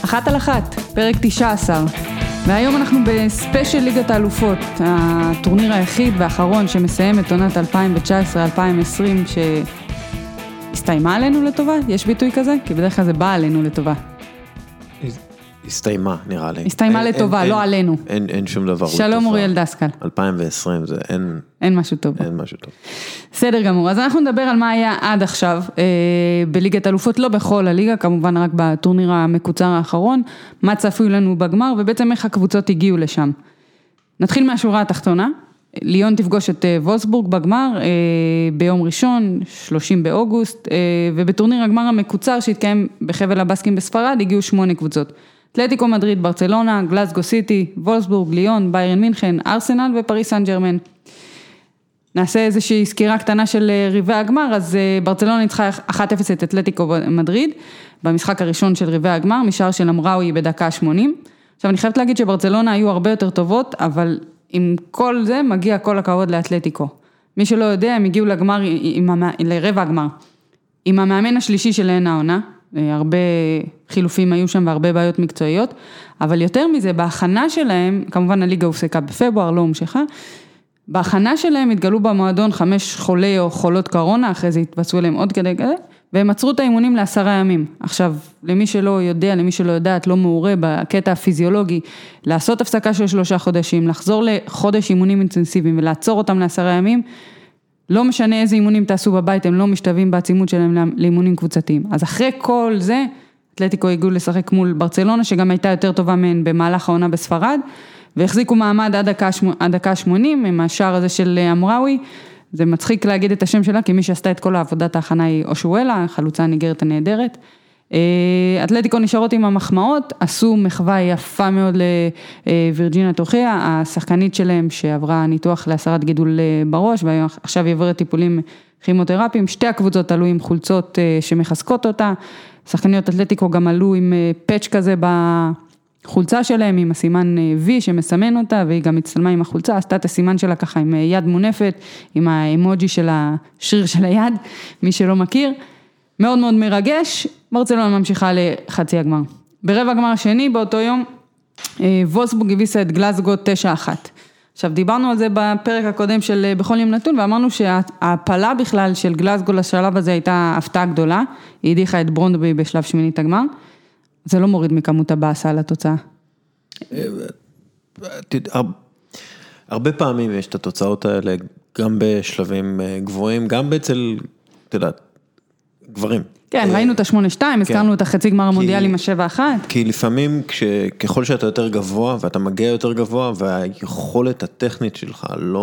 אחת על אחת, פרק 19. והיום אנחנו בספיישל ליגת האלופות, הטורניר היחיד והאחרון שמסיים את עונת 2019-2020 שהסתיימה עלינו לטובה. יש ביטוי כזה? כי בדרך כלל זה בא עלינו לטובה. הסתיימה, נראה לי. הסתיימה לטובה, לא עלינו. אין שום דבר. שלום אוריאל דסקל. 2020 זה אין משהו טוב. אין משהו טוב. בסדר גמור, אז אנחנו נדבר על מה היה עד עכשיו בליגת אלופות, לא בכל הליגה, כמובן רק בטורניר המקוצר האחרון, מה צפוי לנו בגמר, ובעצם איך הקבוצות הגיעו לשם. נתחיל מהשורה התחתונה, ליון תפגוש את וולסבורג בגמר ביום ראשון, 30 באוגוסט, ובטורניר הגמר המקוצר שהתקיים בחבל הבסקים בספרד, הגיעו 8 קבוצות. אתלטיקו מדריד, ברצלונה, גלאזגו סיטי, וולסבורג, ליון, ביירן מינכן, ארסנל ופריס סן ז'רמן. נעשה איזושהי סקירה קטנה של רבעי הגמר, אז ברצלונה ניצחה 1-0 את אתלטיקו מדריד, במשחק הראשון של רבעי הגמר, משער של אמראוי בדקה 80. עכשיו אני חייבת להגיד שברצלונה היו הרבה יותר טובות, אבל עם כל זה מגיע כל הכבוד לאתלטיקו. מי שלא יודע, הם הגיעו לגמר, לרבע הגמר, עם המאמן השלישי שלהן העונה, הרבה חילופים היו שם והרבה בעיות מקצועיות, אבל יותר מזה, בהכנה שלהם, כמובן הליגה הופסקה בפברואר, לא המשכה, בהכנה שלהם התגלו במועדון 5 חולי או חולות קורונה, אחרי זה התבצעו אליהם עוד כדי, והם עצרו את האימונים ל10 ימים. עכשיו, למי שלא יודע, למי שלא יודעת, לא מעורה בקטע הפיזיולוגי, לעשות הפסקה של 3 חודשים, לחזור לחודש אימונים אינטנסיביים ולעצור אותם ל10 ימים, לא משנה איזה אימונים תעשו בבית, הם לא משתווים בעצימות שלהם לאימונים קבוצתיים. אז אחרי כל זה, אתלטיקו הגיעו לשחק מול ברצלונה, שגם הייתה יותר טובה מהן במהלך העונה בספרד, והחזיקו מעמד עד דקה 80, עם השער הזה של אמראוי. זה מצחיק להגיד את השם שלה, כי מי שעשתה את כל העבודת ההכנה היא אושואלה, חלוצה הניגרית הנהדרת. אתלטיקו נשארות עם המחמאות, עשו מחווה יפה מאוד לווירג'ינה טוחיה, השחקנית שלהם שעברה ניתוח להסרת גידול בראש, ועכשיו היא עוברת טיפולים כימותרפיים. שתי הקבוצות עלו עם חולצות שמחזקות אותה, שחקניות אתלטיקו גם עלו עם פאץ' כזה בחולצה שלהם, עם הסימן V שמסמן אותה, והיא גם הצטלמה עם החולצה, עשתה את הסימן שלה ככה עם יד מונפת, עם האמוג'י של השריר של היד, מי שלא מכיר. מאוד מאוד מרגש, ברצלונה ממשיכה לחצי הגמר. ברבע הגמר השני, באותו יום, וולסבורג הביסה את גלאזגו 9-1. עכשיו, דיברנו על זה בפרק הקודם של בכל יום נתון, ואמרנו שההפלה בכלל של גלאזגו לשלב הזה הייתה הפתעה גדולה, היא הדיחה את ברונדבי בשלב שמינית הגמר, זה לא מוריד מכמות הבאסה על התוצאה. הרבה פעמים יש את התוצאות האלה, גם בשלבים גבוהים, גם אצל, אתה יודע, גברים. כן, ראינו את ה-8-2, הזכרנו את החצי גמר המונדיאל עם ה-7-1. כי לפעמים, ככל שאתה יותר גבוה, ואתה מגיע יותר גבוה, והיכולת הטכנית שלך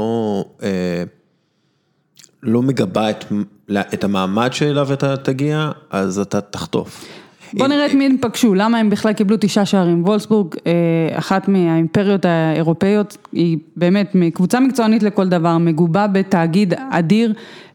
לא מגבה את המעמד שאליו אתה תגיע, אז אתה תחטוף. בוא נראה את מי הם פגשו, למה הם בכלל קיבלו 9 שערים. וולסבורג, אחת מהאימפריות האירופאיות, היא באמת קבוצה מקצוענית לכל דבר, מגובה בתאגיד אדיר,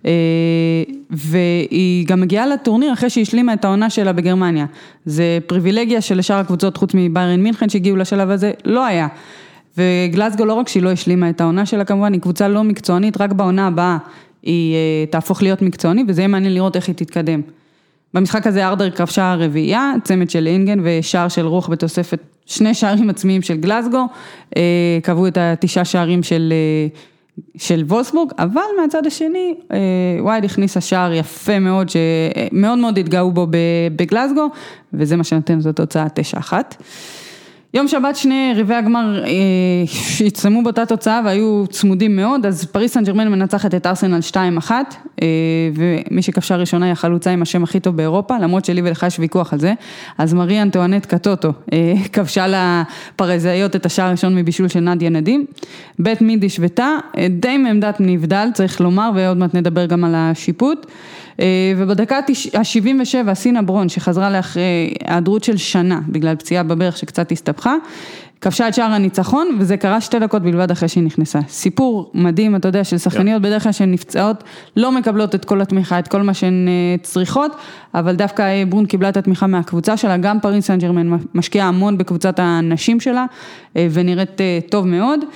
והיא גם מגיעה לטורניר אחרי שהיא השלימה את העונה שלה בגרמניה. זה פריבילגיה של שאר הקבוצות חוץ מביירן מינכן שהגיעו לשלב הזה, לא היה. וגלאזגו לא רק שהיא לא השלימה את העונה שלה כמובן, היא קבוצה לא מקצוענית, רק בעונה הבאה היא תהפוך להיות מקצוענית, וזה יהיה מעניין לראות איך היא תתקדם. במשחק הזה ארדר כבשה רביעייה, צמד של אינגן ושער של רוח בתוספת 2 שערים עצמיים של גלאזגו, קבעו את 9 שערים של וולסבורג, אבל מהצד השני, ווייד הכניסה שער יפה מאוד, שמאוד מאוד התגאו בו בגלאזגו, וזה מה שנתן זאת תוצאה 9-1. יום שבת 2 רבעי הגמר שהצטלמו באותה תוצאה והיו צמודים מאוד, אז פריס סן ז'רמן מנצחת את ארסנל 2-1, ומי שכבשה ראשונה היא החלוצה עם השם הכי טוב באירופה, למרות שלי ולך יש ויכוח על זה, אז מרי אנטואנט קטוטו כבשה לפרזאיות את השער הראשון מבישול של נדיה נדים, בית מיד השוותה, די מעמדת נבדל צריך לומר, ועוד מעט נדבר גם על השיפוט, ובדקה ה-77 סינה ברון שחזרה לאחרי היעדרות של שנה בגלל פציעה בברך שקצת הסתבכה, כבשה את שער הניצחון וזה קרה 2 דקות בלבד אחרי שהיא נכנסה. סיפור מדהים, אתה יודע, של שחקניות בדרך כלל שהן נפצעות, לא מקבלות את כל התמיכה, את כל מה שהן צריכות, אבל דווקא ברון קיבלה את התמיכה מהקבוצה שלה, גם פריס סן ז'רמן משקיעה המון בקבוצת הנשים שלה, ונראית טוב מאוד.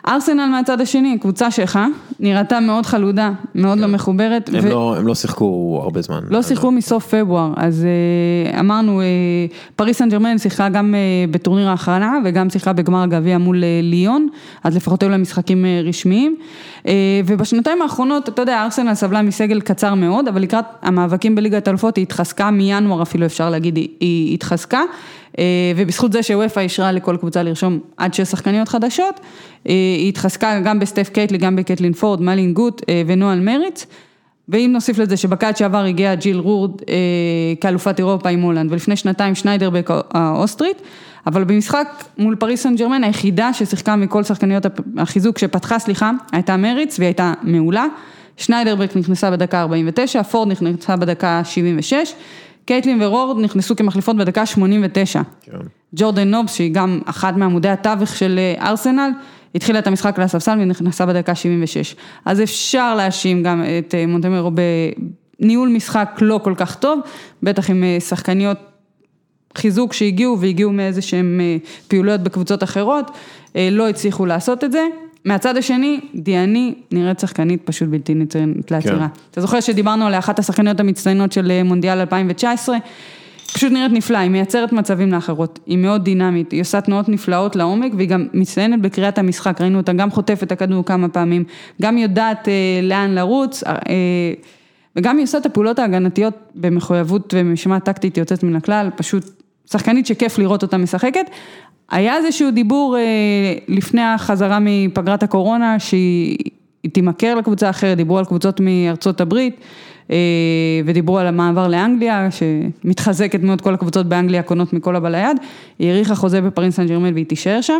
ארסנל מהצד השני, קבוצה שלך, נראתה מאוד חלודה, מאוד לא מחוברת. הם לא שיחקו הרבה זמן. לא שיחקו מסוף פברואר, אז אמרנו, פריס סן ז'רמן שיחקה גם בטורניר האחרונה, וגם שיחקה בגמר הגביע מול ליון, אז לפחות היו לה משחקים רשמיים, ובשנתיים האחרונות, אתה יודע, ארסנל סבלה מסגל קצר מאוד, אבל לקראת המאבקים בליגת האלופות, היא התחזקה מינואר, אפילו אפשר להגיד, היא התחזקה, ובזכות זה שוופא אישרה לכל קבוצה לרשום עד 6 שחקניות חדשות, היא התחזקה גם בסטף קייטלי, גם בקטלין פורד, מלין גוט ונועל מריץ, ואם נוסיף לזה שבקיץ שעבר הגיעה ג'יל רורד כאלופת אירופה עם הולנד, ולפני שנתיים שניידרבק האוסטרית, אבל במשחק מול פריס סן ז'רמן היחידה ששיחקה מכל שחקניות החיזוק שפתחה, הייתה מריץ והיא הייתה מעולה, שניידרבק נכנסה בדקה 49, פורד נכנסה בדקה 76, קייטלין ורורד נכנסו כמחליפות בדקה 89. ג'ורדן נובס, שהיא גם אחת מעמודי התווך של ארסנל, התחילה את המשחק לספסל ונכנסה בדקה 76. אז אפשר להאשים גם את מונטמרו בניהול משחק לא כל כך טוב, בטח עם שחקניות חיזוק שהגיעו מאיזה שהן פעילויות בקבוצות אחרות, לא הצליחו לעשות את זה. מהצד השני, דיאני נראית שחקנית פשוט בלתי ניתנת לעצירה. אתה זוכר שדיברנו על אחת השחקניות המצטיינות של מונדיאל 2019, פשוט נראית נפלאה, היא מייצרת מצבים לאחרות, היא מאוד דינמית, היא עושה תנועות נפלאות לעומק, והיא גם מצטיינת בקריאת המשחק, ראינו אותה גם חוטפת הכדור כמה פעמים, גם יודעת לאן לרוץ, וגם היא עושה את הפעולות ההגנתיות במחויבות ומשמעת טקטית יוצאת מן הכלל, פשוט שחקנית שכיף לראות אותה משחקת. היה איזשהו דיבור לפני החזרה מפגרת הקורונה, שהיא תימכר לקבוצה אחרת, דיברו על קבוצות מארצות הברית, ודיברו על המעבר לאנגליה, שמתחזקת מאוד כל הקבוצות באנגליה, קונות מכל הבא ליד, היא העריכה חוזה בפריס סן ז'רמן והיא תישאר שם,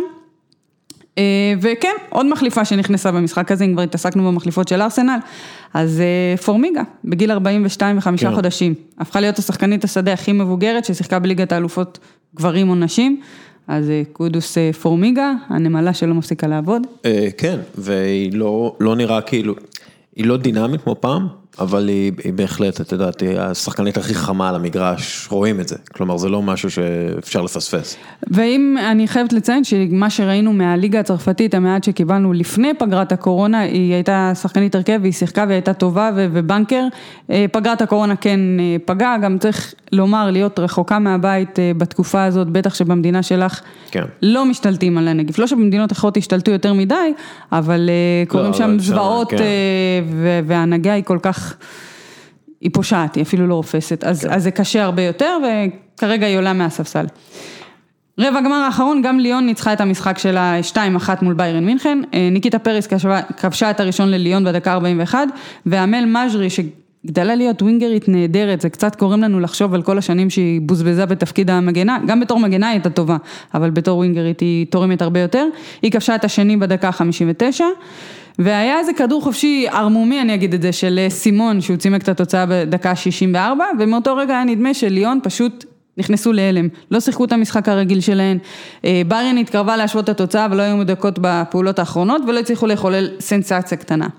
וכן, עוד מחליפה שנכנסה במשחק הזה, אם כבר התעסקנו במחליפות של ארסנל, אז פורמיגה, בגיל 42 ו5 חודשים, הפכה להיות השחקנית השדה הכי מבוגרת, ששיחקה בליגת האלופות גברים או נשים, אז קודוס פורמיגה, הנמלה שלא מפסיקה לעבוד. כן, והיא לא נראה כאילו, היא לא דינמית כמו פעם, אבל היא בהחלט, את יודעת, היא השחקנית הכי חמה על המגרש, רואים את זה. כלומר, זה לא משהו שאפשר לפספס. ואם אני חייבת לציין שמה שראינו מהליגה הצרפתית, המעט שקיבלנו לפני פגרת הקורונה, היא הייתה שחקנית הרכב, והיא שיחקה והיא הייתה טובה ובנקר. פגרת הקורונה כן פגעה, גם צריך לומר, להיות רחוקה מהבית בתקופה הזאת, בטח שבמדינה שלך לא משתלטים על הנגיף. לא שבמדינות אחרות השתלטו יותר מדי, אבל קוראים שם זוועות, וההנהגה היא כל כך, היא פושעת, היא אפילו לא רופסת, אז זה קשה הרבה יותר, וכרגע היא עולה מהספסל. רבע גמר האחרון, גם ליון ניצחה את המשחק שלה 2-1 מול ביירן מינכן, ניקיטה פריס כבשה את הראשון לליון בדקה 41, והמל מז'רי שגדלה להיות ווינגרית נהדרת, זה קצת קוראים לנו לחשוב על כל השנים שהיא בוזבזה בתפקיד המגנה, גם בתור מגנה היא הייתה טובה, אבל בתור ווינגרית היא תורמת הרבה יותר, היא כבשה את השני בדקה 59, והיה איזה כדור חופשי ערמומי, אני אגיד את זה, של סימון, שהוא צימק את התוצאה בדקה 64, ומאותו רגע היה נדמה שליון פשוט נכנסו להלם, לא שיחקו את המשחק הרגיל שלהן, ביירן התקרבה להשוות את התוצאה, ולא היו מדקות בפעולות האחרונות, ולא הצליחו לחולל סנסציה קטנה.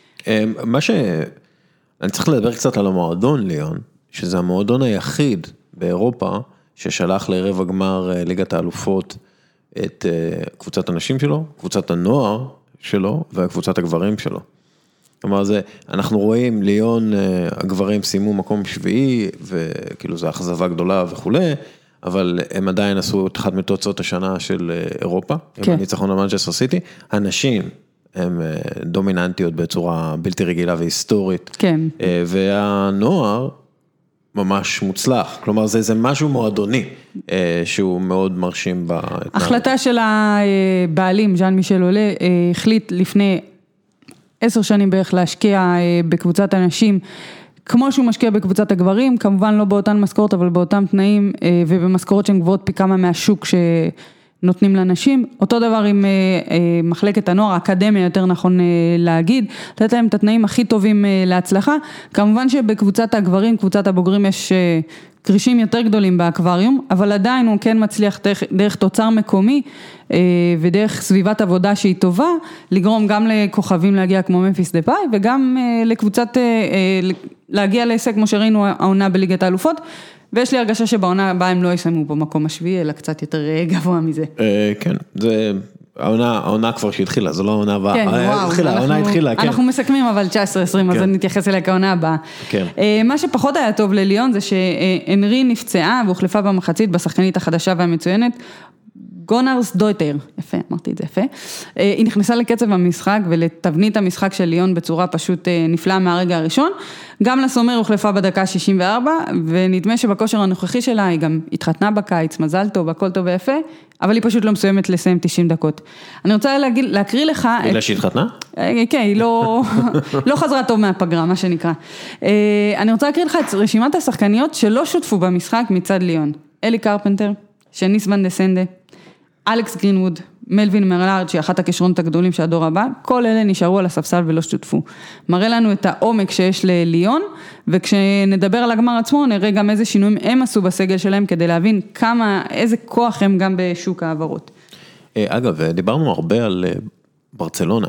אני צריך לדבר קצת על המועדון ליון, שזה המועדון היחיד באירופה, ששלח לרבע גמר ליגת האלופות את קבוצת הנשים שלו, קבוצת הנוער, שלו וקבוצת הגברים שלו. כלומר, אנחנו רואים ליון, הגברים סיימו מקום שביעי, וכאילו זו אכזבה גדולה וכו', אבל הם עדיין עשו את אחת מתוצאות השנה של אירופה, עם הניצחון על מנצ'סטר סיטי. הנשים הן דומיננטיות בצורה בלתי רגילה והיסטורית, והנוער ממש מוצלח, כלומר זה משהו מועדוני, שהוא מאוד מרשים בהתנהלות. החלטה של הבעלים, ז'אן מישל עולה, החליט לפני 10 שנים בערך להשקיע בקבוצת הנשים, כמו שהוא משקיע בקבוצת הגברים, כמובן לא באותן משכורות, אבל באותם תנאים, ובמשכורות שהן גבוהות פי כמה מהשוק נותנים לאנשים, אותו דבר עם מחלקת הנוער, האקדמיה יותר נכון להגיד, לתת להם את התנאים הכי טובים להצלחה, כמובן שבקבוצת הגברים, קבוצת הבוגרים יש קרישים יותר גדולים באקווריום, אבל עדיין הוא כן מצליח דרך תוצר מקומי, ודרך סביבת עבודה שהיא טובה, לגרום גם לכוכבים להגיע כמו ממפיס דפאי, וגם לקבוצת, להגיע להישג כמו שראינו העונה בליגת האלופות, ויש לי הרגשה שבעונה הבאה הם לא יסיימו במקום השביעי, אלא קצת יותר גבוה מזה. כן, זה העונה כבר שהתחילה, זו לא העונה הבאה. כן, וואו. העונה התחילה, כן. אנחנו מסכמים אבל 19-20, אז אני נתייחס אליה כעונה הבאה. כן. מה שפחות היה טוב לליון זה שהנרי נפצעה והוחלפה במחצית בשחקנית החדשה והמצוינת, גונרס דויטר, יפה, אמרתי את זה יפה, היא נכנסה לקצב המשחק ולתבנית המשחק של ליון בצורה פשוט נפלאה מהרגע הראשון, גם לסומר הוחלפה בדקה 64, ונדמה שבכושר הנוכחי שלה היא גם התחתנה בקיץ, מזל טוב, הכל טוב ויפה, אבל היא פשוט לא מסוימת לסיים 90 דקות. אני רוצה להקריא לך... בגלל שהיא התחתנה? כן, היא לא חזרה טוב מהפגרה, מה שנקרא. אני רוצה להקריא לך את רשימת השחקניות שלא שותפו במשחק מצד ליון. אלי קרפנטר, שניס ון דסנדה, אלכס גרינווד, מלווין מרלארד, שהיא אחת הכישרונות הגדולים של הדור הבא, כל אלה נשארו על הספסל ולא שותפו. מראה לנו את העומק שיש לליון, וכשנדבר על הגמר עצמו, נראה גם איזה שינויים הם עשו בסגל שלהם, כדי להבין איזה כוח הם גם בשוק העברות. אגב, דיברנו הרבה על ברצלונה,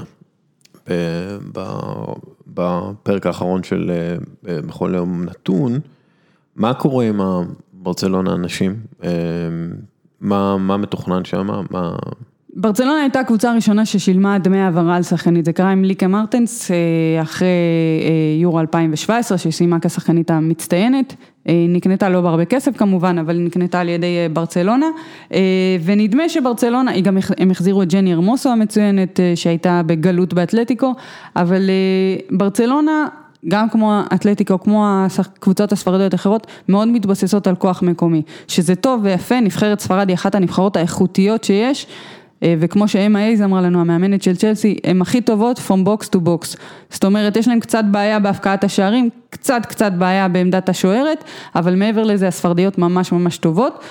בפרק האחרון של בכל יום נתון, מה קורה עם ברצלונה אנשים? מה מתוכנן שם? ברצלונה הייתה הקבוצה הראשונה ששילמה דמי העברה על שחקנית, זה קרה עם ליקה מרטנס אחרי יורו 2017 שסיימה כשחקנית המצטיינת, נקנתה לא בהרבה כסף כמובן, אבל נקנתה על ידי ברצלונה, ונדמה שברצלונה, הם החזירו את ג'ני הרמוסו המצוינת שהייתה בגלות באתלטיקו, אבל ברצלונה גם כמו האתלטיקו, כמו הקבוצות הספרדיות האחרות, מאוד מתבססות על כוח מקומי, שזה טוב ויפה, נבחרת ספרד היא אחת הנבחרות האיכותיות שיש, וכמו שאמה אייז אמרה לנו, המאמנת של צ'לסי, הן הכי טובות from box to box, זאת אומרת, יש להם קצת בעיה בהפקעת השערים, קצת בעיה בעמדת השוערת, אבל מעבר לזה, הספרדיות ממש ממש טובות,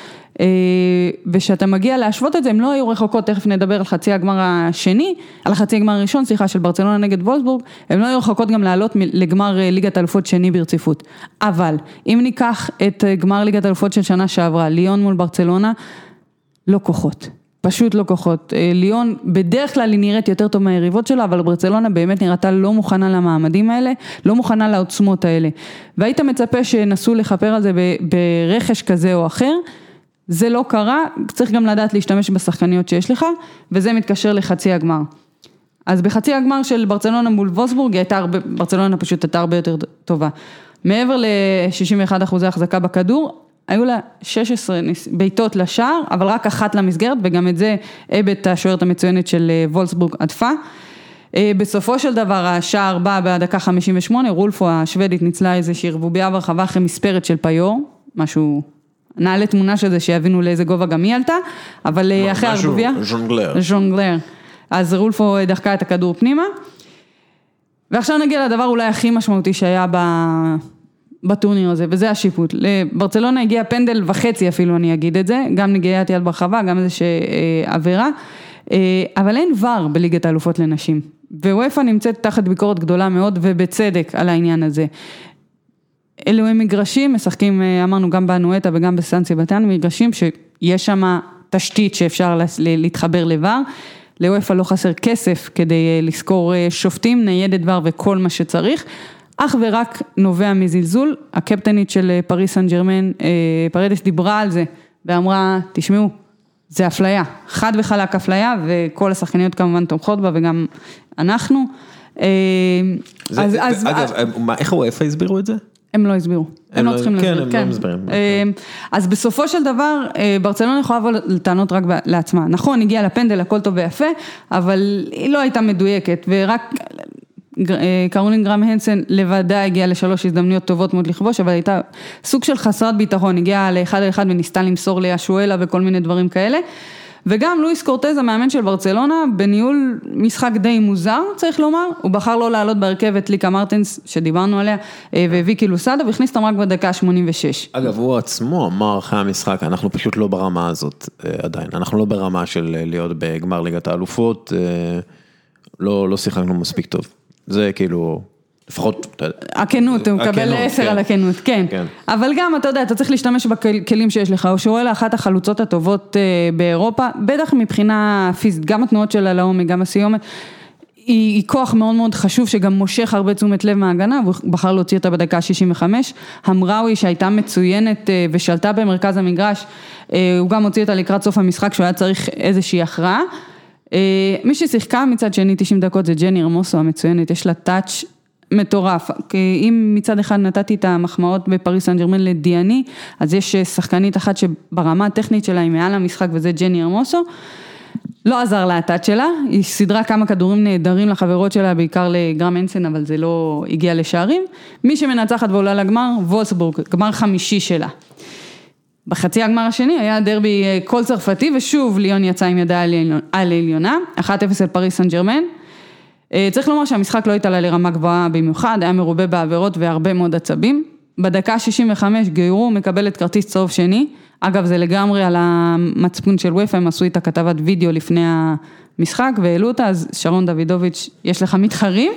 ושאתה מגיע להשוות את זה, הם לא היו רחוקות, תכף נדבר על חצי הגמר השני, על החצי הגמר הראשון, של ברצלונה נגד וולסבורג, הם לא היו רחוקות גם לעלות לגמר ליגת האלופות שני ברציפות, אבל אם ניקח את גמר ליגת האלופות של שנה שעברה, ליון מול ברצלונה, לא כוחות. פשוט לא כוחות. ליון בדרך כלל היא נראית יותר טוב מהיריבות שלה, אבל ברצלונה באמת נראתה לא מוכנה למעמדים האלה, לא מוכנה לעוצמות האלה. והיית מצפה שנסו לחפר על זה ברכש כזה או אחר, זה לא קרה, צריך גם לדעת להשתמש בשחקניות שיש לך, וזה מתקשר לחצי הגמר. אז בחצי הגמר של ברצלונה מול וולסבורג, ברצלונה פשוט הייתה הרבה יותר טובה. מעבר ל-61% החזקה בכדור, היו לה 16 ביתות לשער, אבל רק אחת למסגרת, וגם את זה אבט השוערת המצוינת של וולסבורג עדפה. בסופו של דבר השער בא בדקה 58, רולפו השוודית ניצלה איזושהי רבוביה ברחבה אחרי מספרת של פיור, משהו, נעלה תמונה של זה שיבינו לאיזה גובה גם היא עלתה, אבל אחרי הרבוביה, ז'ונגלר, אז רולפו דחקה את הכדור פנימה, ועכשיו נגיע לדבר אולי הכי משמעותי שהיה בטורניר הזה, וזה השיפוט. לברצלונה הגיע פנדל וחצי אפילו, אני אגיד את זה, גם נגיעת יד ברחבה, גם איזושהי עבירה, אבל אין ור בליגת האלופות לנשים, ווופא נמצאת תחת ביקורת גדולה מאוד, ובצדק על העניין הזה. אלו הם מגרשים, משחקים, אמרנו גם באנואטה וגם בסן סבסטיאן, מגרשים שיש שם תשתית שאפשר להתחבר לבר, לוופא לא חסר כסף כדי לזכור שופטים, ניידת ור וכל מה שצריך, אך ורק נובע מזלזול, הקפטנית של פריס סן ז'רמן, פרדס דיברה על זה, ואמרה, תשמעו, זה אפליה, חד וחלק אפליה, וכל השחקניות כמובן תומכות בה, וגם אנחנו. אגב, איך וופא הסבירו את זה? הם לא הסבירו, הם לא צריכים להסביר. כן, הם לא מסבירים. אז בסופו של דבר, ברצלונה יכולה לבוא לטענות רק לעצמה. נכון, הגיעה לפנדל, הכל טוב ויפה, אבל היא לא הייתה מדויקת, ורק קרולין גרם הנסן לבדה הגיעה לשלוש הזדמנויות טובות מאוד לכבוש, אבל הייתה סוג של חסרת ביטחון, הגיעה לאחד על אחד וניסתה למסור לישואלה וכל מיני דברים כאלה, וגם לואיס קורטז, המאמן של ברצלונה, בניהול משחק די מוזר, צריך לומר, הוא בחר לא לעלות בהרכב את ליקה מרטנס, שדיברנו עליה, וויקי לוסאדה, והכניס אותם רק בדקה 86. אגב, הוא עצמו אמר אחרי המשחק, אנחנו פשוט לא ברמה הזאת עדיין, אנחנו לא ברמה של להיות בגמר ליגת האלופות, לא שיחקנו מספיק טוב. זה כאילו, לפחות... הכנות, הוא מקבל 10 על הכנות, כן. אבל גם, אתה יודע, אתה צריך להשתמש בכלים שיש לך, או שואלה אחת החלוצות הטובות באירופה, בטח מבחינה פיזית, גם התנועות שלה לעומק, גם הסיומת, היא כוח מאוד מאוד חשוב, שגם מושך הרבה תשומת לב מההגנה, והוא בחר להוציא אותה בדקה 65, המראוי שהייתה מצוינת ושלטה במרכז המגרש, הוא גם הוציא אותה לקראת סוף המשחק, שהוא היה צריך איזושהי הכרעה, מי ששיחקה מצד שני 90 דקות זה ג'ני הרמוסו המצוינת, יש לה טאץ' מטורף, כי אם מצד אחד נתתי את המחמאות בפריס סן ז'רמן לדיאני, אז יש שחקנית אחת שברמה הטכנית שלה היא מעל המשחק וזה ג'ני הרמוסו, לא עזר לה הטאץ' שלה, היא סדרה כמה כדורים נהדרים לחברות שלה, בעיקר לגרם אנסן, אבל זה לא הגיע לשערים, מי שמנצחת ועולה לגמר, וולסבורג, גמר חמישי שלה. בחצי הגמר השני היה דרבי כל צרפתי, ושוב ליון יצא עם ידה על עליונה, 1-0 על פריס סן ז'רמן, צריך לומר שהמשחק לא התעלה לרמה גבוהה במיוחד, היה מרובה בעבירות והרבה מאוד עצבים. בדקה 65 גיירו מקבלת כרטיס צהוב שני, אגב זה לגמרי על המצפון של וויפה, הם עשו איתה כתבת וידאו לפני המשחק והעלו אותה, אז שרון דוידוביץ' יש לך מתחרים.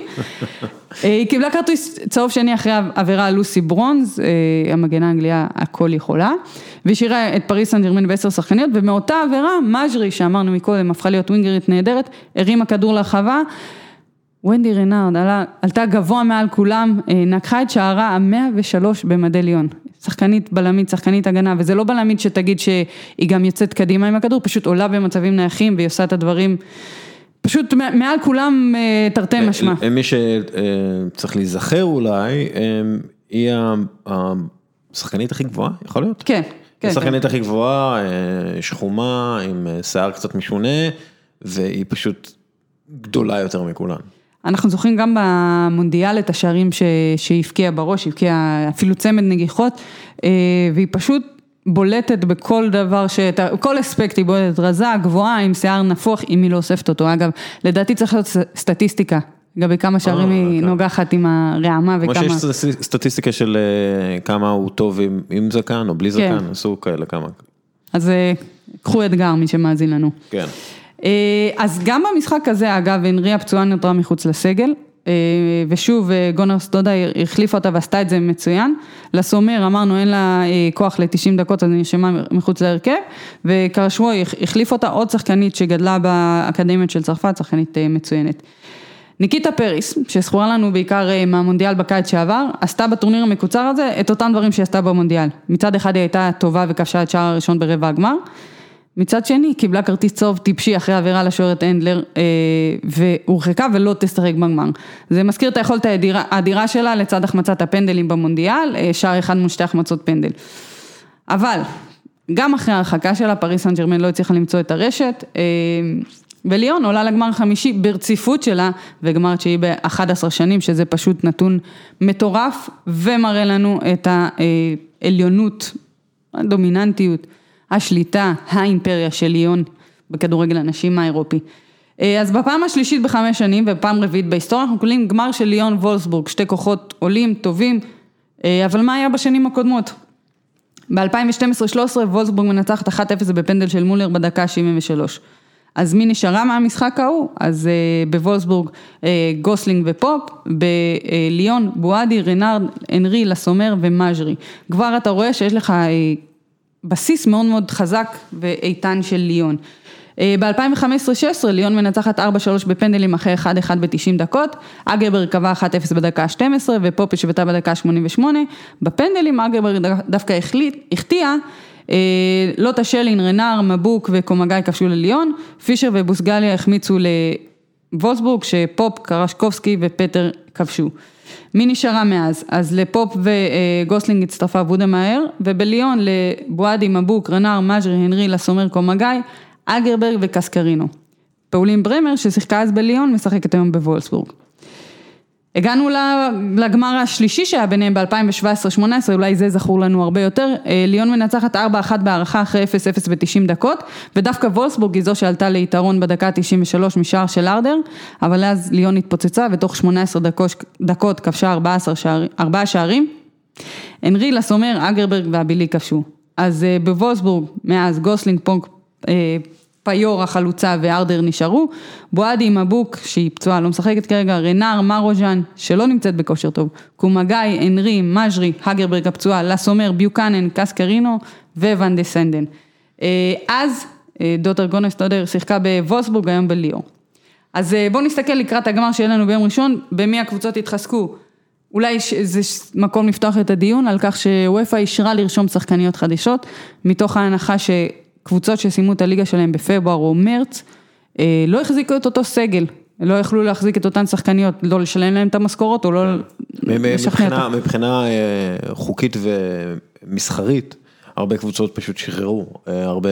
היא קיבלה כרטיס צהוב שני אחרי עבירה לוסי ברונז, המגנה האנגליה הכל יכולה, והשאירה את פריס סן ז'רמן ב10 שחקניות, ומאותה עבירה, מז'רי שאמרנו מקודם, הפכה להיות ווינגרית נהדרת, הרימה כדור לרחבה, ונדי רנארד עלתה גבוה מעל כולם, נקחה את שערה 103 במדי ליון. שחקנית בלמית, שחקנית הגנה, וזה לא בלמית שתגיד שהיא גם יוצאת קדימה עם הכדור, פשוט עולה במצבים נייחים, והיא עושה את הדברים, פשוט מעל כולם תרתי משמע. מי שצריך להיזכר אולי, היא השחקנית הכי גבוהה, יכול להיות? כן. השחקנית הכי גבוהה, שחומה, עם שיער קצת משונה, והיא פשוט גדולה יותר מכולן. אנחנו זוכרים גם במונדיאל את השערים שהפקיע בראש, הפקיע אפילו צמד נגיחות, והיא פשוט בולטת בכל דבר, כל אספקט היא בולטת, רזה, גבוהה, עם שיער נפוח, אם היא לא אוספת אותו. אגב, לדעתי צריך להיות סטטיסטיקה, לגבי כמה שערים היא נוגחת עם הרעמה וכמה... כמו שיש סטטיסטיקה של כמה הוא טוב עם זקן או בלי זקן, עשו כאלה כמה. אז קחו אתגר מי שמאזין לנו. כן. אז גם במשחק הזה, אגב, אנרי הפצועה נותרה מחוץ לסגל, ושוב גונר סטודה החליפה אותה ועשתה את זה מצוין, לסומר אמרנו אין לה כוח ל-90 דקות, אז נרשמה מחוץ להרכב, וקרשבו החליף אותה עוד שחקנית שגדלה באקדמיות של צרפת, שחקנית מצוינת. ניקיטה פריס, שזכורה לנו בעיקר מהמונדיאל בקיץ שעבר, עשתה בטורניר המקוצר הזה את אותם דברים שעשתה במונדיאל. מצד אחד היא הייתה טובה וכבשה את שער הראשון ברבע הגמר, מצד שני, קיבלה כרטיס צהוב טיפשי אחרי עבירה לשוערת אנדלר, והורחקה ולא תשחק בגמר. זה מזכיר את היכולת האדירה שלה לצד החמצת הפנדלים במונדיאל, שער אחד מול שתי החמצות פנדל. אבל, גם אחרי ההרחקה שלה, פריס סן ז'רמן לא הצליחה למצוא את הרשת, וליון עולה לגמר חמישי ברציפות שלה, וגמרת שהיא ב-11 שנים, שזה פשוט נתון מטורף, ומראה לנו את העליונות, הדומיננטיות, השליטה, האימפריה של ליון בכדורגל הנשים האירופי. אז בפעם השלישית ב5 שנים ובפעם רביעית בהיסטוריה אנחנו קוראים גמר של ליון וולסבורג, שתי כוחות עולים, טובים, אבל מה היה בשנים הקודמות? ב-2012-13 וולסבורג מנצחת 1-0 בפנדל של מולר בדקה 73. אז מי נשארה מהמשחק ההוא? אז בוולסבורג גוסלינג ופופ, בליון בואדי, רנארד, אנרי, לסומר ומז'רי. כבר אתה רואה שיש לך בסיס מאוד מאוד חזק ואיתן של ליון. ב-2015-16 ליון מנצחת 4-3 בפנדלים אחרי 1-1 ב-90 דקות, אגרברג קבע 1-0 בדקה 12 ופופ שבתה בדקה 88, בפנדלים אגרברג דווקא החטיאה, לא תשלין, רנאר, מבוק וקומגאי כבשו לליון, פישר ובוסגליה החמיצו לוולסבורג, שפופ, קרשקובסקי ופטר כבשו. מי נשארה מאז? אז לפופ וגוסלינג הצטרפה וודה מהר, ובליון לבואדי, מבוק, רנאר, מז'רי, הנרי, לסומר, קומגאי, אגרברג וקסקרינו. פאולין ברמר ששיחקה אז בליון משחקת היום בוולסבורג. הגענו לגמר השלישי שהיה ביניהם ב-2017-18, אולי זה זכור לנו הרבה יותר, ליון מנצחת 4-1 בהערכה אחרי 0-0 ב-90 דקות, ודווקא וולסבורג היא זו שעלתה ליתרון בדקה 93 משער של ארדר, אבל אז ליון התפוצצה ותוך 18 דקות כבשה 4 שערים, אנרי, לסומר, אגרברג והבילי כבשו. אז בוולסבורג מאז גוסלינג, פונק, פיור החלוצה וארדר נשארו, בואדי מבוק שהיא פצועה לא משחקת כרגע, רנאר, מרוז'אן שלא נמצאת בכושר טוב, קומגאי, אנרי, מז'רי, הגרברג הפצועה, לסומר, ביוקנן, קסקרינו וואן דה סנדן. אז דוטר גונר סטודר שיחקה בוולסבורג היום בליאור. אז בואו נסתכל לקראת הגמר שלנו ביום ראשון, במי הקבוצות התחזקו. אולי זה מקום לפתוח את הדיון על כך שוופא אישרה לרשום שחקניות חדשות, מתוך ההנחה קבוצות שסיימו את הליגה שלהם בפברואר או מרץ, לא החזיקו את אותו סגל, לא יכלו להחזיק את אותן שחקניות, לא לשלם להם את המשכורות, או לא לשכנע אותם. מבחינה חוקית ומסחרית, הרבה קבוצות פשוט שחררו, הרבה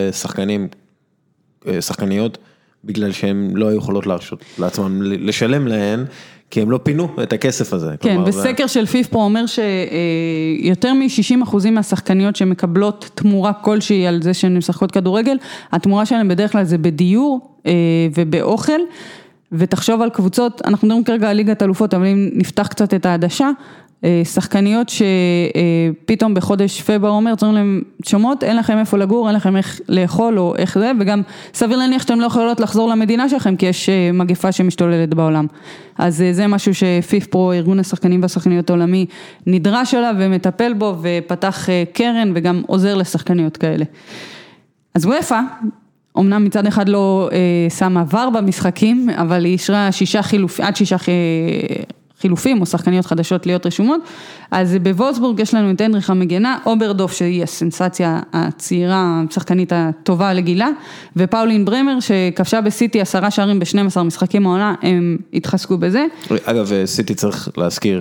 שחקניות, בגלל שהן לא יכולות להרשות לעצמם לשלם להן, כי הם לא פינו את הכסף הזה. כן, בסקר של פיפפרו אומר שיותר מ-60% מהשחקניות שמקבלות תמורה כלשהי על זה שהן משחקות כדורגל, התמורה שלהן בדרך כלל זה בדיור ובאוכל, ותחשוב על קבוצות, אנחנו מדברים כרגע על ליגת אלופות, אבל אם נפתח קצת את העדשה, שחקניות שפתאום בחודש פברואר אומר, צריכים להם שומות, אין לכם איפה לגור, אין לכם איך לאכול או איך זה, וגם סביר להניח שאתם לא יכולות לחזור למדינה שלכם, כי יש מגפה שמשתוללת בעולם. אז זה משהו שפיפפרו, ארגון השחקנים והשחקניות העולמי, נדרש עליו ומטפל בו, ופתח קרן וגם עוזר לשחקניות כאלה. אז וופא, אמנם מצד אחד לא שם עבר במשחקים, אבל היא אישרה עד 6 חילופים או שחקניות חדשות להיות רשומות, אז בוולסבורג יש לנו את הנדריך המגנה, אוברדוף שהיא הסנסציה הצעירה, השחקנית הטובה לגילה, ופאולין ברמר שכבשה בסיטי 10 שערים ב-12 משחקים העונה, הם התחזקו בזה. אגב, סיטי צריך להזכיר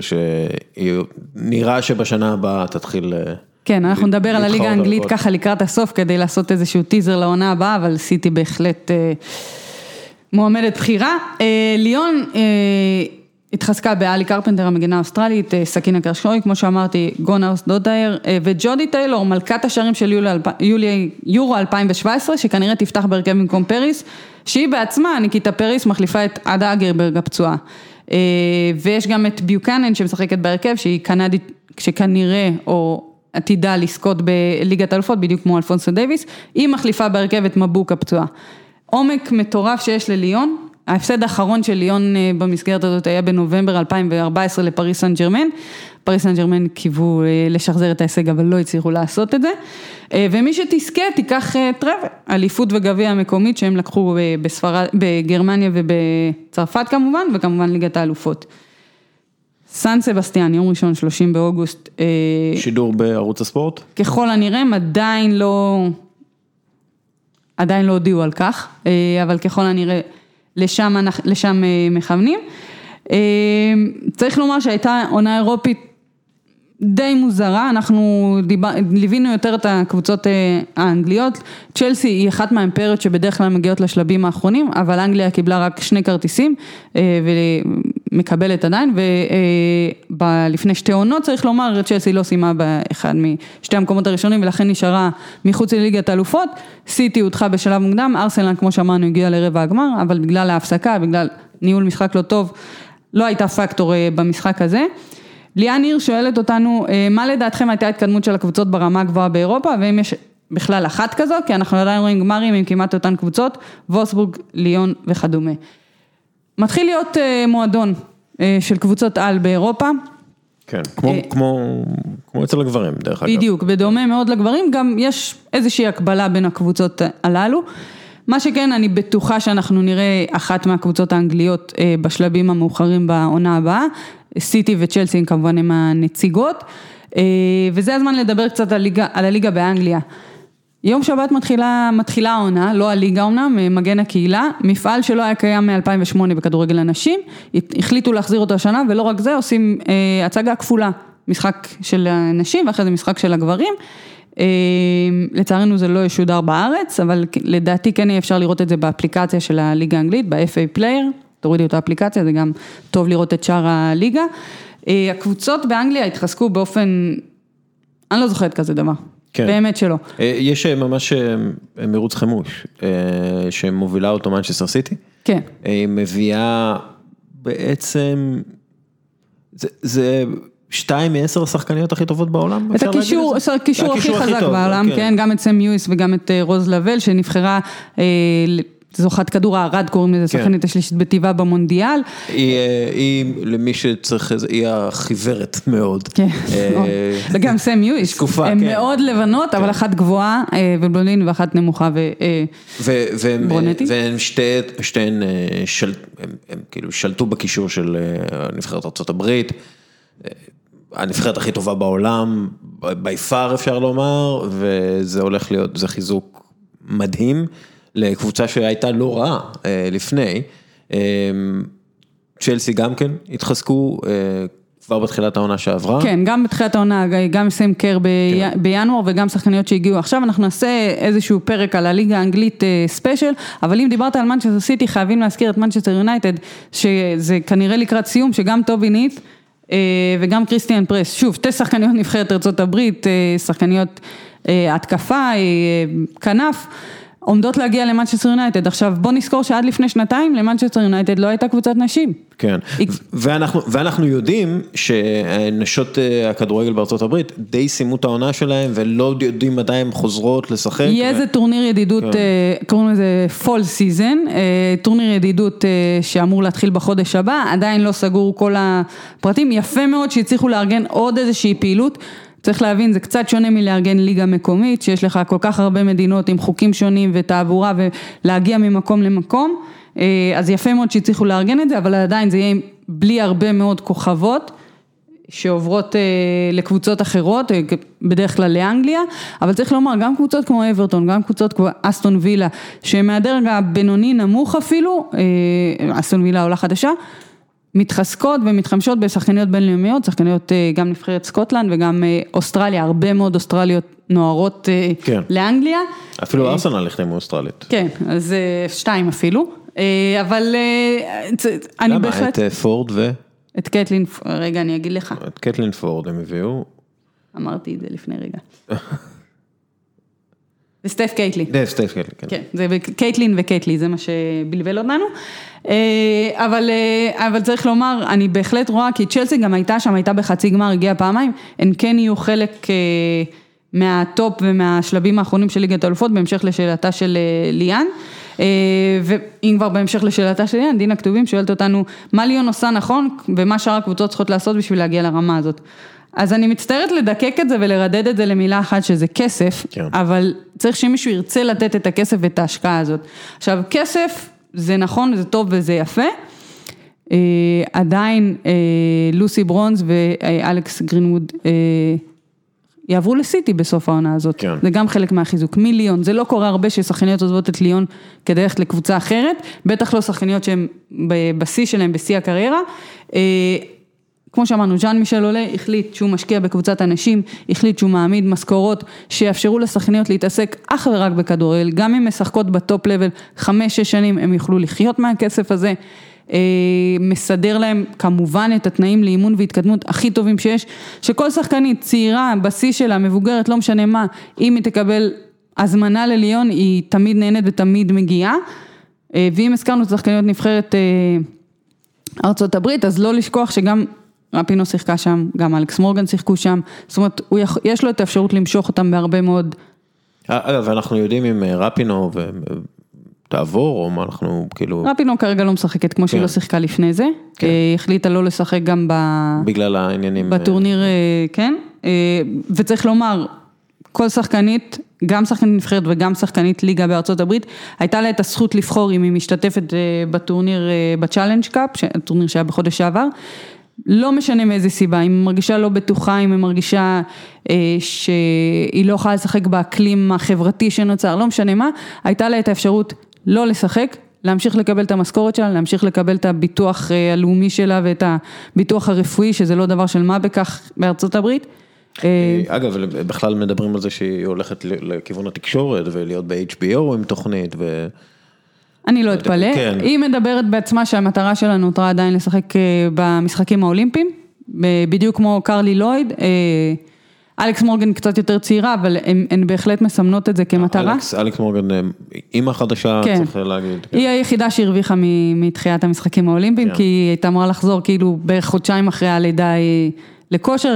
שנראה שבשנה הבאה תתחיל... כן, אנחנו נדבר על הליגה האנגלית ככה לקראת הסוף, כדי לעשות איזשהו טיזר לעונה הבאה, אבל סיטי בהחלט מועמדת בחירה. ליון התחזקה באלי קרפנטר, המגנה האוסטרלית, סכינה קרשוי, כמו שאמרתי, גונאוס דודייר, וג'ודי טיילור, מלכת השערים של יורו 2017, שכנראה תפתח בהרכב במקום פריס, שהיא בעצמה, ניקיטה פריס, מחליפה את עדה אגרברג הפצועה. ויש גם את ביוקנן, שמשחקת בהרכב, שהיא קנדית, שכנראה, או עתידה לזכות בליגת אלופות, בדיוק כמו אלפונסו דייביס, היא מחליפה בהרכב את מבוק הפצועה. עומק מטורף שיש לליון, ההפסד האחרון של ליון במסגרת הזאת היה בנובמבר 2014 לפריס סן ג'רמן, פריס סן ג'רמן קיוו לשחזר את ההישג, אבל לא הצליחו לעשות את זה, ומי שתזכה תיקח טרבר, אליפות וגביע המקומית שהם לקחו בגרמניה ובצרפת כמובן, וכמובן ליגת האלופות. סן סבסטיאן, יום ראשון 30 באוגוסט. שידור בערוץ הספורט? ככל הנראה, עדיין לא הודיעו על כך, אבל ככל הנראה לשם מכוונים. צריך לומר שהייתה עונה אירופית די מוזרה, אנחנו ליווינו יותר את הקבוצות האנגליות, צ'לסי היא אחת מהאימפריות שבדרך כלל מגיעות לשלבים האחרונים, אבל אנגליה קיבלה רק 2 כרטיסים, ומקבלת עדיין, ולפני 2 עונות צריך לומר, צ'לסי לא סיימה באחד משתי המקומות הראשונים, ולכן נשארה מחוץ לליגת האלופות, סיטי הודחה בשלב מוקדם, ארסנל כמו שאמרנו הגיע לרבע הגמר, אבל בגלל ההפסקה, בגלל ניהול משחק לא טוב, לא הייתה פקטור במשחק הזה. ליאן ניר שואלת אותנו, מה לדעתכם הייתה התקדמות של הקבוצות ברמה הגבוהה באירופה, ואם יש בכלל אחת כזו, כי אנחנו עדיין רואים גמרים עם כמעט אותן קבוצות, וולסבורג, ליון וכדומה. מתחיל להיות מועדון של קבוצות על באירופה. כן, כמו אצל הגברים, דרך אגב. בדיוק, בדומה מאוד לגברים, גם יש איזושהי הקבלה בין הקבוצות הללו. מה שכן, אני בטוחה שאנחנו נראה אחת מהקבוצות האנגליות בשלבים המאוחרים בעונה הבאה, סיטי וצ'לסי כמובן הם הנציגות, וזה הזמן לדבר קצת על הליגה באנגליה. יום שבת מתחילה העונה, לא הליגה אומנם, מגן הקהילה, מפעל שלא היה קיים מ-2008 בכדורגל הנשים, החליטו להחזיר אותו השנה, ולא רק זה, עושים הצגה כפולה, משחק של הנשים ואחרי זה משחק של הגברים, לצערנו זה לא ישודר בארץ, אבל לדעתי כן אפשר לראות את זה באפליקציה של הליגה האנגלית, ב-FA Player, תורידי אותה אפליקציה, זה גם טוב לראות את שאר הליגה. הקבוצות באנגליה התחזקו באופן, אני לא זוכרת כזה דבר, כן. באמת שלא. יש ממש מירוץ חימוש, שמובילה אותו מנצ'סטר סיטי. כן. היא מביאה בעצם, זה 2 מ-10 השחקניות הכי טובות בעולם? את הקישור הכי חזק בעולם, כן, גם את סם יויס וגם את רוז לבל, שנבחרה זוכת כדור הערד, קוראים לזה שחקנית השלישית בטבעה במונדיאל. היא, למי שצריך, היא החיוורת מאוד. כן, וגם סם יויס, הן מאוד לבנות, אבל אחת גבוהה ובלונדין ואחת נמוכה וברונטית. והן שתיהן כאילו שלטו בקישור של נבחרת ארצות הברית, הנבחרת הכי טובה בעולם, by far אפשר לומר, וזה הולך להיות, זה חיזוק מדהים, לקבוצה שהייתה לא רעה לפני, צ'לסי גם כן התחזקו כבר בתחילת העונה שעברה. כן, גם בתחילת העונה, גם סיים קר בינואר וגם שחקניות שהגיעו. עכשיו אנחנו נעשה איזשהו פרק על הליגה האנגלית ספיישל, אבל אם דיברת על מנצ'סטר סיטי, חייבים להזכיר את מנצ'סטר יונייטד, שזה כנראה לקראת סיום, שגם טובי ניט וגם קריסטיאן פרס, שוב, 2 שחקניות נבחרת ארצות הברית, שחקניות התקפה, כנף, עומדות להגיע למנצ'סטר יונייטד. עכשיו בוא נזכור שעד לפני 2 למנצ'סטר יונייטד לא הייתה קבוצת נשים. כן, ואנחנו יודעים שנשות הכדורגל בארצות הברית די סיימו את העונה שלהם ולא יודעים מתי הם חוזרות לשחק. יהיה איזה טורניר ידידות, קוראים לזה fall season, טורניר ידידות שאמור להתחיל בחודש הבא, עדיין לא סגור כל הפרטים, יפה מאוד שהצליחו לארגן עוד איזושהי פעילות, צריך להבין, זה קצת שונה מלארגן ליגה מקומית, שיש לך כל כך הרבה מדינות עם חוקים שונים ותעבורה ולהגיע ממקום למקום, אז יפה מאוד שהצליחו לארגן את זה, אבל עדיין זה יהיה בלי הרבה מאוד כוכבות, שעוברות לקבוצות אחרות, בדרך כלל לאנגליה, אבל צריך לומר, גם קבוצות כמו אברטון, גם קבוצות כמו אסטון וילה, שמהדרג הבינוני נמוך אפילו, אסטון וילה עולה חדשה, מתחזקות ומתחמשות בשחקניות בינלאומיות, שחקניות גם נבחרת סקוטלנד וגם אוסטרליה, הרבה מאוד אוסטרליות נוערות לאנגליה. אפילו ארסנל החתימו אוסטרלית. כן, אז 2 אפילו, אבל אני בהחלט... למה? את פורד ו... את קטלין, רגע אני אגיד לך. את קטלין פורד הם הביאו. אמרתי את זה לפני רגע. וסטף קייטלי. סטף קייטלי, כן. כן, זה קייטלין וקייטלי, זה מה שבלבל אותנו. אבל צריך לומר, אני בהחלט רואה, כי צ'לסי גם הייתה שם, הייתה בחצי גמר, הגיעה פעמיים, הן כן יהיו חלק מהטופ ומהשלבים האחרונים של ליגת האלופות, בהמשך לשאלתה של ליאן, ואם כבר בהמשך לשאלתה של ליאן, דינה כתובים שואלת אותנו, מה ליאון עושה נכון, ומה שאר הקבוצות צריכות לעשות בשביל להגיע לרמה הזאת. אז אני מצטערת לדקק את זה ולרדד את זה למילה אחת שזה כסף, כן. אבל צריך שמישהו ירצה לתת את הכסף ואת ההשקעה הזאת. עכשיו, כסף זה נכון, זה טוב וזה יפה, עדיין לוסי ברונז ואלכס גרינווד יעברו לסיטי בסוף העונה הזאת, כן. זה גם חלק מהחיזוק, מיליון, זה לא קורה הרבה ששחקניות עוזבות את ליון כדי ללכת לקבוצה אחרת, בטח לא שחקניות שהן בשיא שלהן, בשיא הקריירה, כמו שאמרנו, ז'אן מישל עולה, החליט שהוא משקיע בקבוצת אנשים, החליט שהוא מעמיד משכורות שיאפשרו לשחקניות להתעסק אך ורק בכדורגל, גם אם משחקות בטופ לבל 5-6 שנים, הם יוכלו לחיות מהכסף הזה, מסדר להם כמובן את התנאים לאימון והתקדמות הכי טובים שיש, שכל שחקנית צעירה, בשיא שלה, מבוגרת, לא משנה מה, אם היא תקבל הזמנה לליון, היא תמיד נהנית ותמיד מגיעה, ואם הזכרנו את שחקניות נבחרת ארצות הברית, אז לא לשכוח שגם רפינו שיחקה שם, גם אלכס מורגן שיחקו שם, זאת אומרת, יש לו את האפשרות למשוך אותם בהרבה מאוד. אגב, אנחנו יודעים אם רפינו תעבור, או מה אנחנו כאילו... רפינו כרגע לא משחקת, כמו שהיא לא שיחקה לפני זה, היא החליטה לא לשחק גם בגלל העניינים... בטורניר, כן, וצריך לומר, כל שחקנית, גם שחקנית נבחרת וגם שחקנית ליגה בארצות הברית, הייתה לה את הזכות לבחור אם היא משתתפת בטורניר, בצ'אלנג' קאפ, הטורניר שהיה בחודש שעבר, לא משנה מאיזה סיבה, אם היא מרגישה לא בטוחה, אם היא מרגישה שהיא לא יכולה לשחק באקלים החברתי שנוצר, לא משנה מה, הייתה לה את האפשרות לא לשחק, להמשיך לקבל את המשכורת שלה, להמשיך לקבל את הביטוח הלאומי שלה ואת הביטוח הרפואי, שזה לא דבר של מה בכך בארצות הברית. אגב, בכלל מדברים על זה שהיא הולכת לכיוון התקשורת ולהיות ב-HBO עם תוכנית ו... אני לא אתפלא, היא מדברת בעצמה שהמטרה שלה נותרה עדיין לשחק במשחקים האולימפיים, בדיוק כמו קרלי לויד, אלכס מורגן קצת יותר צעירה, אבל הן בהחלט מסמנות את זה כמטרה. אלכס מורגן, אימא חדשה, צריך להגיד. היא היחידה שהרוויחה מתחיית המשחקים האולימפיים, כי היא הייתה אמורה לחזור כאילו בערך חודשיים אחרי הלידה לכושר,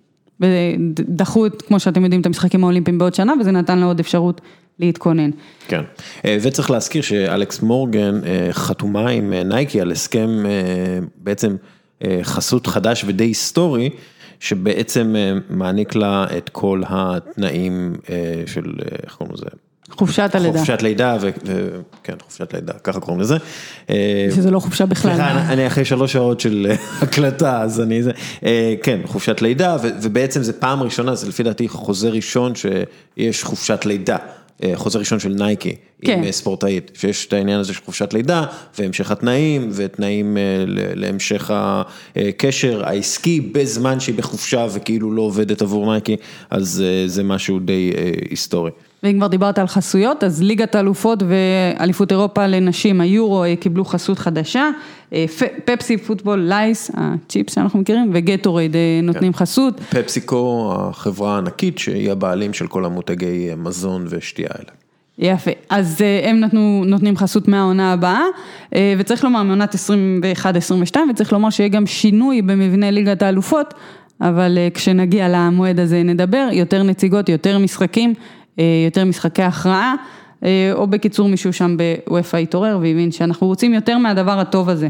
ודחו, כמו שאתם יודעים, את המשחקים האולימפיים בעוד שנה, וזה נתן לה עוד אפשרות להתכונן. כן, וצריך להזכיר שאלכס מורגן חתומה עם נייקי על הסכם בעצם חסות חדש ודי היסטורי, שבעצם מעניק לה את כל התנאים של, איך קוראים לזה? חופשת הלידה. חופשת לידה, כן, חופשת לידה, ככה קוראים לזה. שזה לא חופשה בכלל. סליחה, אני אחרי 3 שעות של הקלטה, אז אני זה, כן, חופשת לידה, ובעצם זה פעם ראשונה, זה לפי דעתי חוזה ראשון שיש חופשת לידה חוזר ראשון של נייקי, כן. עם ספורטאית, שיש את העניין הזה של חופשת לידה, והמשך התנאים, ותנאים להמשך הקשר העסקי, בזמן שהיא בחופשה, וכאילו לא עובדת עבור נייקי, אז זה משהו די היסטורי. ואם כבר דיברת על חסויות, אז ליגת האלופות ואליפות אירופה לנשים, היורו, קיבלו חסות חדשה, פפסי פוטבול לייס, הצ'יפס שאנחנו מכירים, וגטורייד נותנים חסות. פפסיקו, החברה הענקית, שהיא הבעלים של כל המותגי מזון ושתייה האלה. יפה, אז הם נותנים חסות מהעונה הבאה, וצריך לומר מעונת 21-22, וצריך לומר שיהיה גם שינוי במבנה ליגת האלופות, אבל כשנגיע למועד הזה נדבר, יותר נציגות, יותר משחקים, יותר משחקי הכרעה, או בקיצור מישהו שם בוופא התעורר והבין שאנחנו רוצים יותר מהדבר הטוב הזה.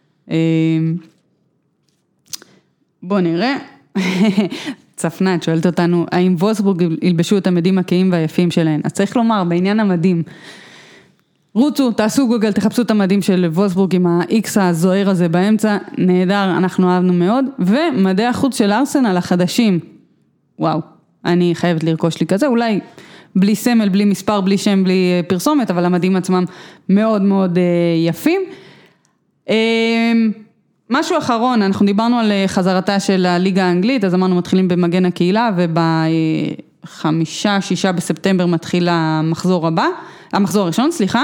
בוא נראה, צפנת שואלת אותנו, האם וולסבורג ילבשו את המדים הקיים והיפים שלהן? אז צריך לומר, בעניין המדים, רוצו, תעשו גוגל, תחפשו את המדים של וולסבורג עם ה-X הזוהר הזה באמצע, נהדר, אנחנו אהבנו מאוד, ומדי החוץ של ארסנל החדשים, וואו, אני חייבת לרכוש לי כזה, אולי בלי סמל, בלי מספר, בלי שם, בלי פרסומת, אבל המדים עצמם מאוד מאוד יפים. משהו אחרון, אנחנו דיברנו על חזרתה של הליגה האנגלית, אז אמרנו מתחילים במגן הקהילה, וב5-6 בספטמבר מתחיל המחזור הראשון, סליחה.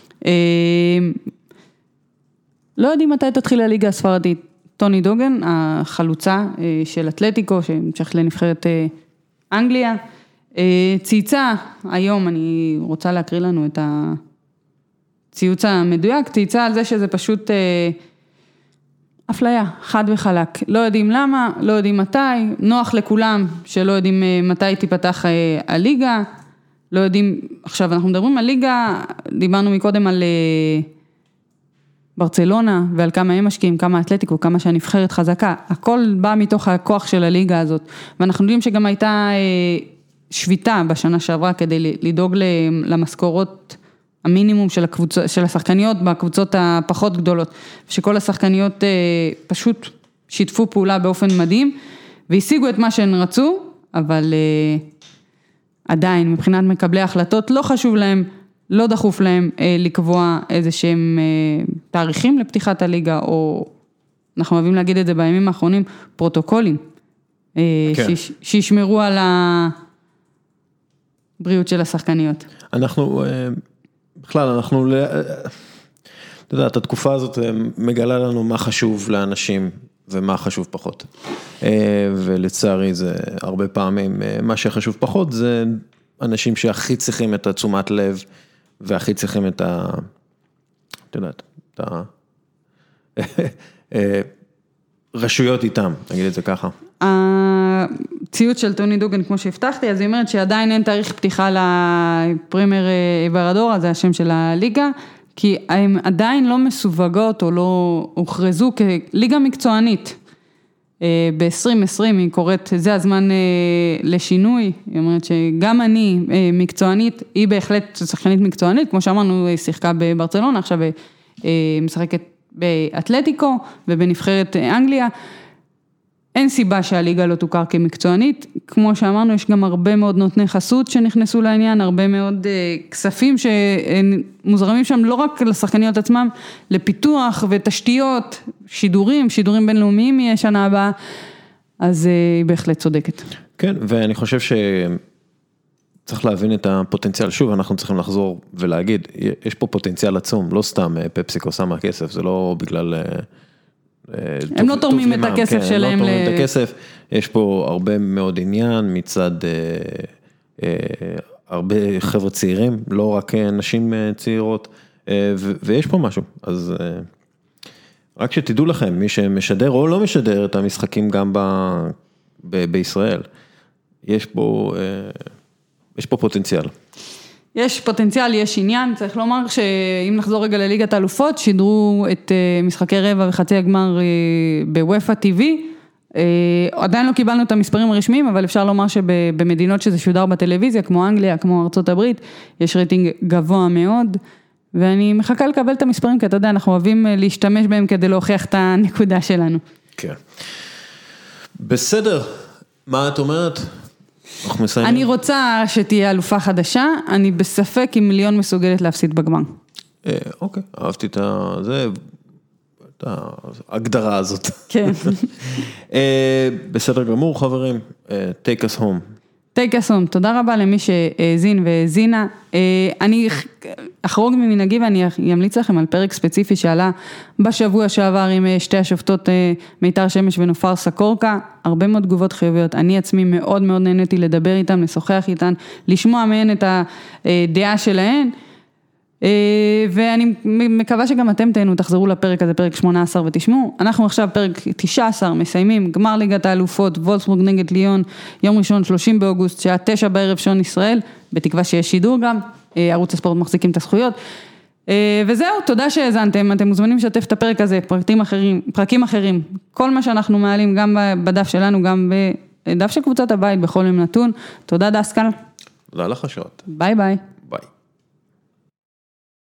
לא יודעים מתי תתחיל הליגה הספרדית. טוני דוגן, החלוצה של אתלטיקו, שהמשך לנבחרת אנגליה, צייצה, היום אני רוצה להקריא לנו את הציוץ המדויק, צייצה על זה שזה פשוט אפליה, חד וחלק, לא יודעים למה, לא יודעים מתי, נוח לכולם שלא יודעים מתי תיפתח הליגה, לא יודעים, עכשיו אנחנו מדברים על ליגה, דיברנו מקודם על ברצלונה ועל כמה הם משקיעים, כמה אתלטיקו, כמה שהנבחרת חזקה, הכל בא מתוך הכוח של הליגה הזאת, ואנחנו יודעים שגם הייתה שביתה בשנה שעברה כדי לדאוג למשכורות המינימום של השחקניות בקבוצות הפחות גדולות, שכל השחקניות פשוט שיתפו פעולה באופן מדהים, והשיגו את מה שהן רצו, אבל עדיין מבחינת מקבלי ההחלטות לא חשוב להם, לא דחוף להם לקבוע איזה שהם תאריכים לפתיחת הליגה, או אנחנו אוהבים להגיד את זה בימים האחרונים, פרוטוקולים, שישמרו על הבריאות של השחקניות. אנחנו, בכלל, אנחנו, אתה יודע, את התקופה הזאת מגלה לנו מה חשוב לאנשים ומה חשוב פחות. ולצערי זה הרבה פעמים, מה שחשוב פחות זה אנשים שהכי צריכים את התשומת לב, והכי צריכים את אתה יודעת, את הרשויות איתם, נגיד את זה ככה. הציוץ של טוני דוגן, כמו שהבטחתי, אז היא אומרת שעדיין אין תאריך פתיחה לפרימר איברדורה, זה השם של הליגה, כי הן עדיין לא מסווגות או לא הוכרזו כליגה מקצוענית. ב-2020 היא קוראת, זה הזמן לשינוי, היא אומרת שגם אני מקצוענית, היא בהחלט שחקנית מקצוענית, כמו שאמרנו, היא שיחקה בברצלונה, עכשיו משחקת באתלטיקו ובנבחרת אנגליה, אין סיבה שהליגה לא תוכר כמקצוענית, כמו שאמרנו, יש גם הרבה מאוד נותני חסות שנכנסו לעניין, הרבה מאוד כספים שמוזרמים שם לא רק לשחקניות עצמם, לפיתוח ותשתיות, שידורים בינלאומיים יהיה שנה הבאה, אז היא בהחלט צודקת. כן, ואני חושב שצריך להבין את הפוטנציאל, שוב אנחנו צריכים לחזור ולהגיד, יש פה פוטנציאל עצום, לא סתם פפסיקו שמה כסף, זה לא בגלל הם לא תורמים את הכסף שלהם. הם לא תורמים את הכסף, יש פה הרבה מאוד עניין מצד הרבה חבר'ה צעירים, לא רק נשים צעירות, ויש פה משהו, אז רק שתדעו לכם, מי שמשדר או לא משדר את המשחקים גם בישראל, יש פה פוטנציאל. יש פוטנציאל, יש עניין, צריך לומר שאם נחזור רגע לליגת האלופות, שידרו את משחקי רבע וחצי הגמר בוופא TV, עדיין לא קיבלנו את המספרים הרשמיים, אבל אפשר לומר שבמדינות שזה שודר בטלוויזיה, כמו אנגליה, כמו ארצות הברית, יש רייטינג גבוה מאוד, ואני מחכה לקבל את המספרים, כי אתה יודע, אנחנו אוהבים להשתמש בהם כדי להוכיח את הנקודה שלנו. כן. בסדר, מה את אומרת? אנחנו מסיימים. אני רוצה שתהיה אלופה חדשה, אני בספק אם ליון מסוגלת להפסיד בגמר. אוקיי, אהבתי את ההגדרה הזאת. כן. בסדר גמור, חברים, take us home. take us home, תודה רבה למי שהאזין והאזינה. אני אחרוג ממנהגי ואני אמליץ לכם על פרק ספציפי שעלה בשבוע שעבר עם שתי השופטות מיתר שמש ונופר סקורקה, הרבה מאוד תגובות חיוביות, אני עצמי מאוד מאוד נהניתי לדבר איתן, לשוחח איתן, לשמוע מהן את הדעה שלהן, ואני מקווה שגם אתם תחזרו לפרק הזה, פרק 18 ותשמעו, אנחנו עכשיו פרק 19 מסיימים, גמר ליגת האלופות, וולפסבורג נגד ליון, יום ראשון 30 באוגוסט, שעה 9 בערב שעון ישראל, בתקווה שיש שידור גם, ערוץ הספורט מחזיקים את הזכויות, וזהו, תודה שהאזנתם, אתם מוזמנים לשתף את הפרק הזה, פרקים אחרים, כל מה שאנחנו מעלים גם בדף שלנו, גם בדף של קבוצת הבית, בכל יום נתון, תודה דסקל. תודה לך שעות. ביי ביי.